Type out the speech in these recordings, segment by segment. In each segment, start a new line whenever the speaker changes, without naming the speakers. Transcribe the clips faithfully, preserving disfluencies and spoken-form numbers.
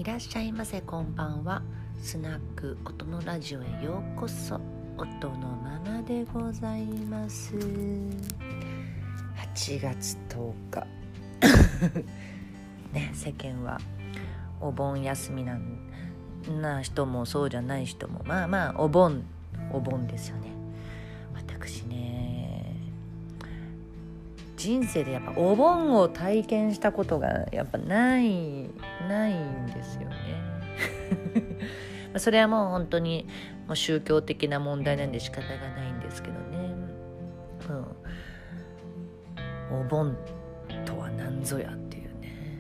いらっしゃいませ、こんばんは。スナック音のラジオへようこそ。音のままでございます。はちがつとおかね、世間はお盆休みなんな人もそうじゃない人もまあまあお盆お盆ですよね。私ね、人生でやっぱお盆を体験したことがやっぱないないんですよねそれはもう本当にもう宗教的な問題なんで仕方がないんですけどね、うん、お盆とは何ぞやっていうね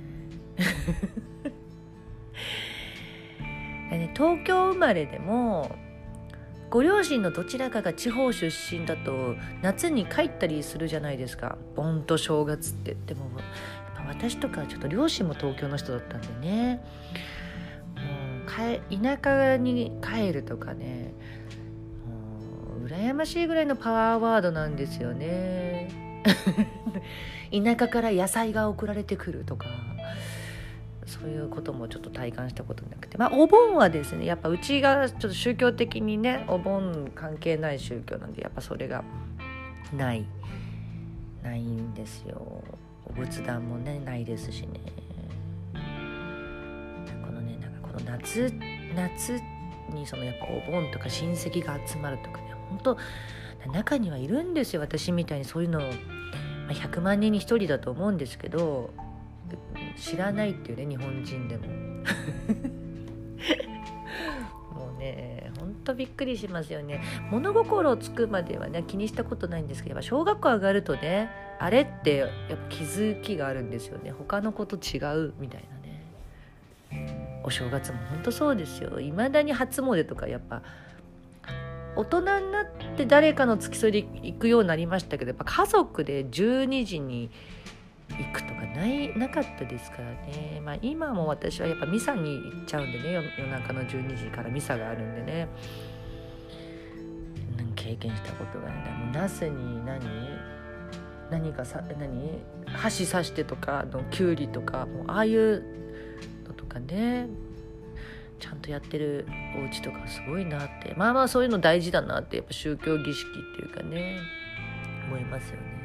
ね、東京生まれでもご両親のどちらかが地方出身だと夏に帰ったりするじゃないですか、盆と正月って。でもやっぱ私とかちょっと両親も東京の人だったんでね、もう田舎に帰るとかね、もう羨ましいぐらいのパワーワードなんですよね田舎から野菜が送られてくるとか、そういうこともちょっと体感したことなくて、まあお盆はですね、やっぱうちがちょっと宗教的にね、お盆関係ない宗教なんで、やっぱそれがないないんですよ。お仏壇もねないですしね。このね、なんかこの夏夏にそのやっぱお盆とか親戚が集まるとかね、本当中にはいるんですよ、私みたいにそういうの、まあ、ひゃくまんにんにひとりだと思うんですけど、知らないっていうね、日本人でももうね、ほんとびっくりしますよね。物心をつくまではね気にしたことないんですけど、やっぱ小学校上がるとね、あれってやっぱ気づきがあるんですよね。他の子と違うみたいなね。お正月もほんとそうですよ。いまだに初詣とかやっぱ大人になって誰かの付き添いで行くようになりましたけど、やっぱ家族でじゅうにじに行くとかないなかったですからね。まあ今も私はやっぱミサに行っちゃうんでね、夜中のじゅうにじからミサがあるんでね、経験したことがない。もうナスに何何かさ何箸刺してとかのキュウリとか、もうああいうのとかね、ちゃんとやってるお家とかすごいなって、まあまあそういうの大事だなって、やっぱ宗教儀式っていうかね、思いますよね。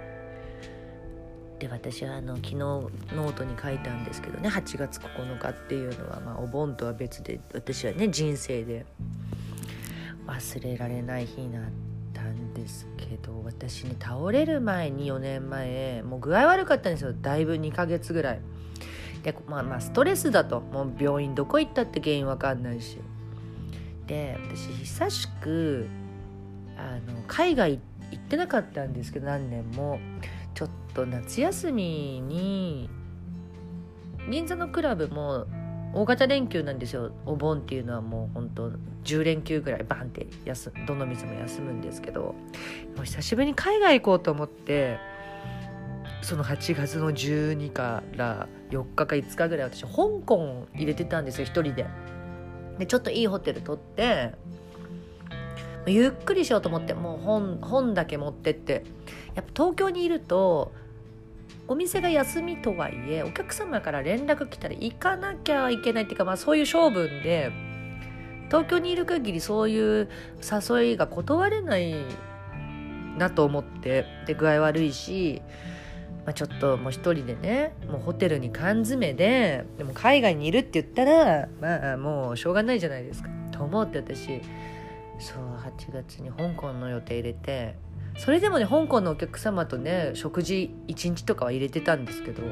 で、私はあの昨日ノートに書いたんですけどね、はちがつここのかっていうのは、まあお盆とは別で私はね人生で忘れられない日になったんですけど、私ね倒れる前によねんまえもう具合悪かったんですよ。だいぶにかげつぐらいで、まあまあストレスだと、もう病院どこ行ったって原因わかんないし、で私久しくあの海外行ってなかったんですけど、何年もちょっと夏休みに銀座のクラブも大型連休なんですよ。お盆っていうのはもう本当じゅうれんきゅうぐらいバンって休どの店も休むんですけど、もう久しぶりに海外行こうと思って、そのはちがつのじゅうにからよっかかいつかぐらい私香港入れてたんですよ、一人で。でちょっといいホテル取ってゆっくりしようと思って、もう 本, 本だけ持ってって、やっぱ東京にいるとお店が休みとはいえお客様から連絡来たら行かなきゃいけないっていうか、まあそういう性分で東京にいる限りそういう誘いが断れないなと思って、で具合悪いし、まあ、ちょっともう一人でね、もうホテルに缶詰で、でも海外にいるって言ったらまあもうしょうがないじゃないですかと思って、私そうはちがつに香港の予定入れて、それでもね香港のお客様とね食事いちにちとかは入れてたんですけど、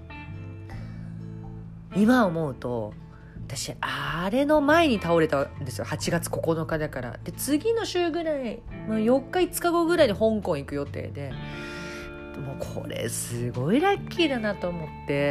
今思うと私あれの前に倒れたんですよ。はちがつここのかだから。で次の週ぐらい、よっかいつかごぐらいに香港行く予定で、もうこれすごいラッキーだなと思って、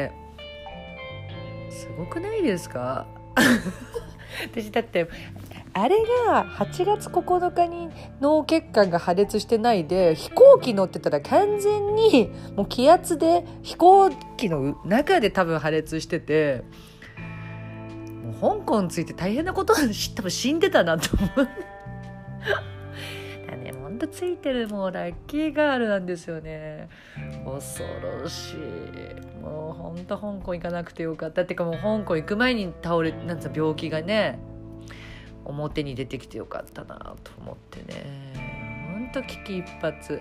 すごくないですか私だってあれがはちがつここのかに脳血管が破裂してないで飛行機乗ってたら完全にもう気圧で飛行機の中で多分破裂してて、もう香港について大変なことを知っても死んでたなと思うね、本んとついてる、もうラッキーガールなんですよね。恐ろしい。もうほんと香港行かなくてよかったっていうか、もう香港行く前に倒れなんつう病気がね表に出てきてよかったなと思ってね、ほんと危機一髪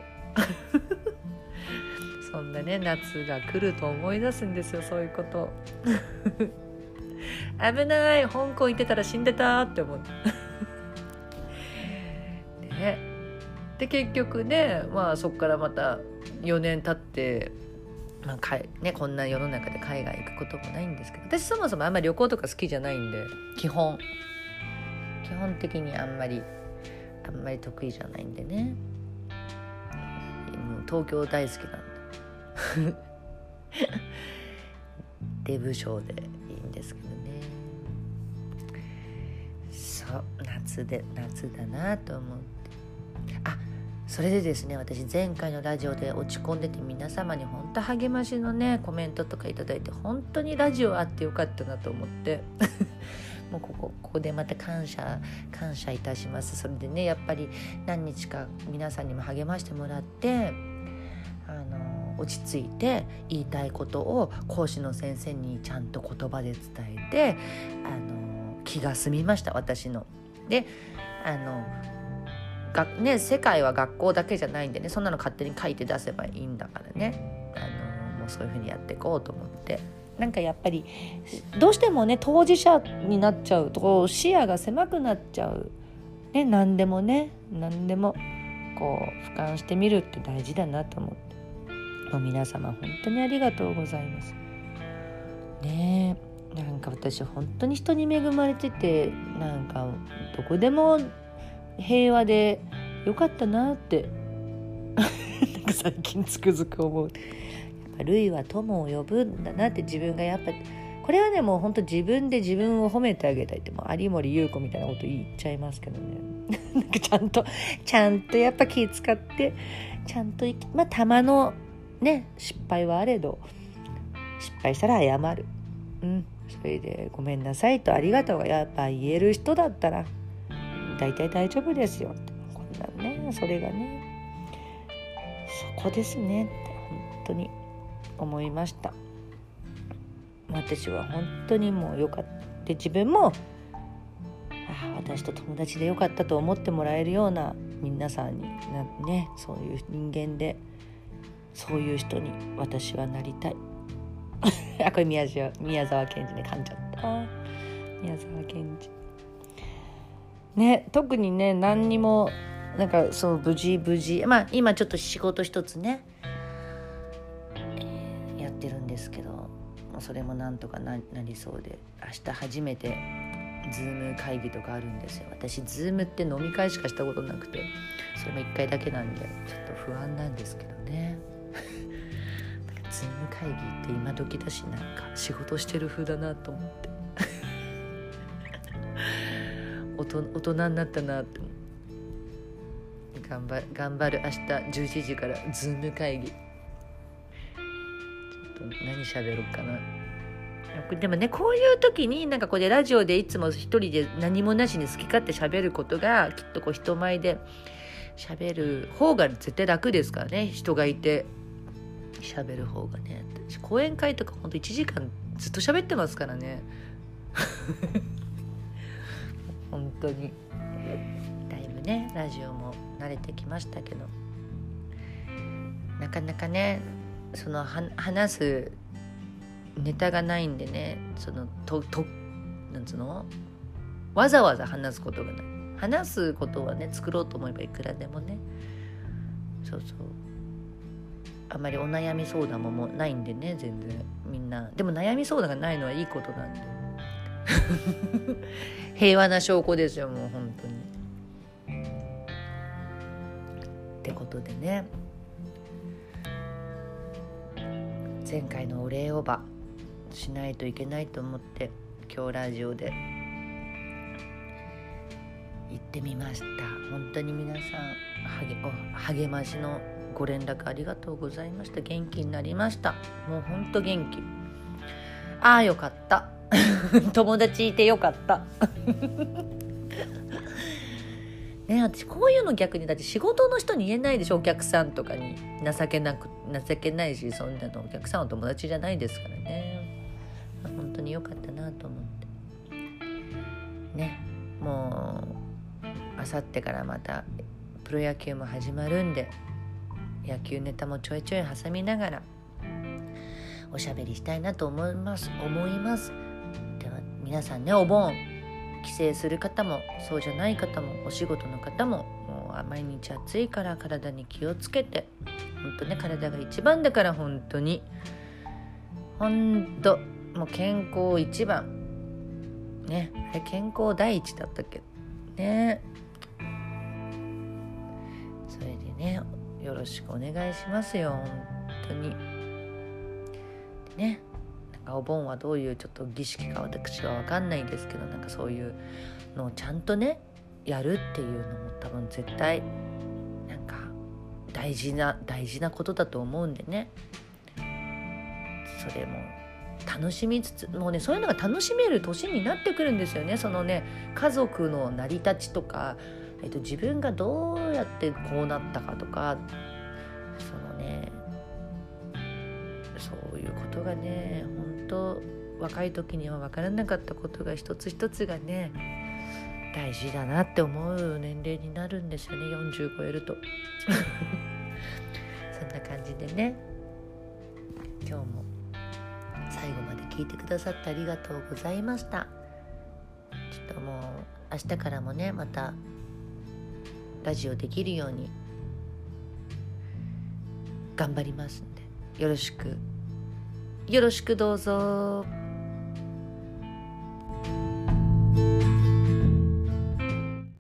そんなね夏が来ると思い出すんですよ、そういうこと危ない、香港行ってたら死んでたって思ってね、で結局ね、まあそこからまたよねん経って、まあかいね、こんな世の中で海外行くこともないんですけど、私そもそもあんまり旅行とか好きじゃないんで、基本基本的にあんまりあんまり得意じゃないんでね、もう東京大好きなんでデブ賞でいいんですけどね。そう夏で夏だなと思って、あ、それでですね、私前回のラジオで落ち込んでて、皆様に本当励ましのねコメントとかいただいて、本当にラジオあってよかったなと思ってもうここここでまた感謝感謝いたします。それでね、やっぱり何日か皆さんにも励ましてもらって、あの落ち着いて言いたいことを講師の先生にちゃんと言葉で伝えて、あの気が済みました、私の。で、あのがね、世界は学校だけじゃないんでね、そんなの勝手に書いて出せばいいんだからね、あのもうそういう風にやっていこうと思って。なんかやっぱりどうしてもね当事者になっちゃうと視野が狭くなっちゃう、ね、何でもね何でもこう俯瞰してみるって大事だなと思って、もう皆様本当にありがとうございますね。えなんか私本当に人に恵まれてて、なんかどこでも平和でよかったなってなんか最近つくづく思う。類は友を呼ぶんだなって、自分がやっぱこれはね、もう本当自分で自分を褒めてあげたいって、もう有森裕子みたいなこと言っちゃいますけどねなんかちゃんとちゃんとやっぱ気使ってちゃんとまあたまのね失敗はあれど、失敗したら謝る、うん、それでごめんなさいとありがとうがやっぱ言える人だったら大体大丈夫ですよって、こんなんね、それがねそこですねって本当に思いました。私は本当にもうよかった。自分もあ私と友達でよかったと思ってもらえるような皆さんになね、そういう人間でそういう人に私はなりたいあこれ宮沢宮沢賢治ね、噛んじゃった宮沢賢治ね。特にね何にもなんかそう無事無事、まあ今ちょっと仕事一つねやってるんですけど、それもなんとか な, なりそうで、明日初めてズーム会議とかあるんですよ。私ズームって飲み会しかしたことなくて、それもいっかいだけなんでちょっと不安なんですけどねなんかズーム会議って今時だし、なんか仕事してる風だなと思って大人大人になったなって頑張る頑張る。明日じゅういちじからズーム会議、何喋ろうかな。でもね、こういう時になんかこれラジオでいつも一人で何もなしに好き勝手喋ることが、きっとこう人前で喋る方が絶対楽ですからね。人がいて喋る方がね。私講演会とかほんといちじかんずっと喋ってますからね本当にだいぶねラジオも慣れてきましたけど、なかなかねそのは話すネタがないんでね、そのととなんつうのわざわざ話すことがない。話すことはね作ろうと思えばいくらでもね、そうそう、あんまりお悩み相談ももうないんでね、全然みんな。でも悩み相談がないのはいいことなんで平和な証拠ですよ、もう本当に。ってことでね、前回のお礼をばしないといけないと思って今日ラジオで言ってみました。本当に皆さん励, 励ましのご連絡ありがとうございました。元気になりました。もう本当元気。ああよかった友達いてよかったね、私こういうの逆にだって仕事の人に言えないでしょ。お客さんとかに情けなく情けないし、そんなのお客さんは友達じゃないですからね。本当に良かったなと思ってね。もうあさってからまたプロ野球も始まるんで、野球ネタもちょいちょい挟みながらおしゃべりしたいなと思います思いますでは皆さんね、お盆帰省する方もそうじゃない方もお仕事の方も、もう毎日暑いから体に気をつけて、本当ね、体が一番だから、本当に本当もう健康一番ね。あれ健康第一だったっけね。それでね、よろしくお願いしますよ、本当にね。なんかお盆はどういうちょっと儀式か私は分かんないですけど、なんかそういうのをちゃんとねやるっていうのも多分絶対なんか大事な大事なことだと思うんでね。それも楽しみつつ、もうね、そういうのが楽しめる年になってくるんですよね。そのね、家族の成り立ちとか、えっと、自分がどうやってこうなったかとか、そのね、そういうことがね、本当若い時には分からなかったことが一つ一つがね大事だなって思う年齢になるんですよね、よんじゅう超えるとそんな感じでね、今日も最後まで聞いてくださってありがとうございました。ちょっともう明日からもね、またラジオできるように頑張りますんで、よろしくよろしくどうぞ。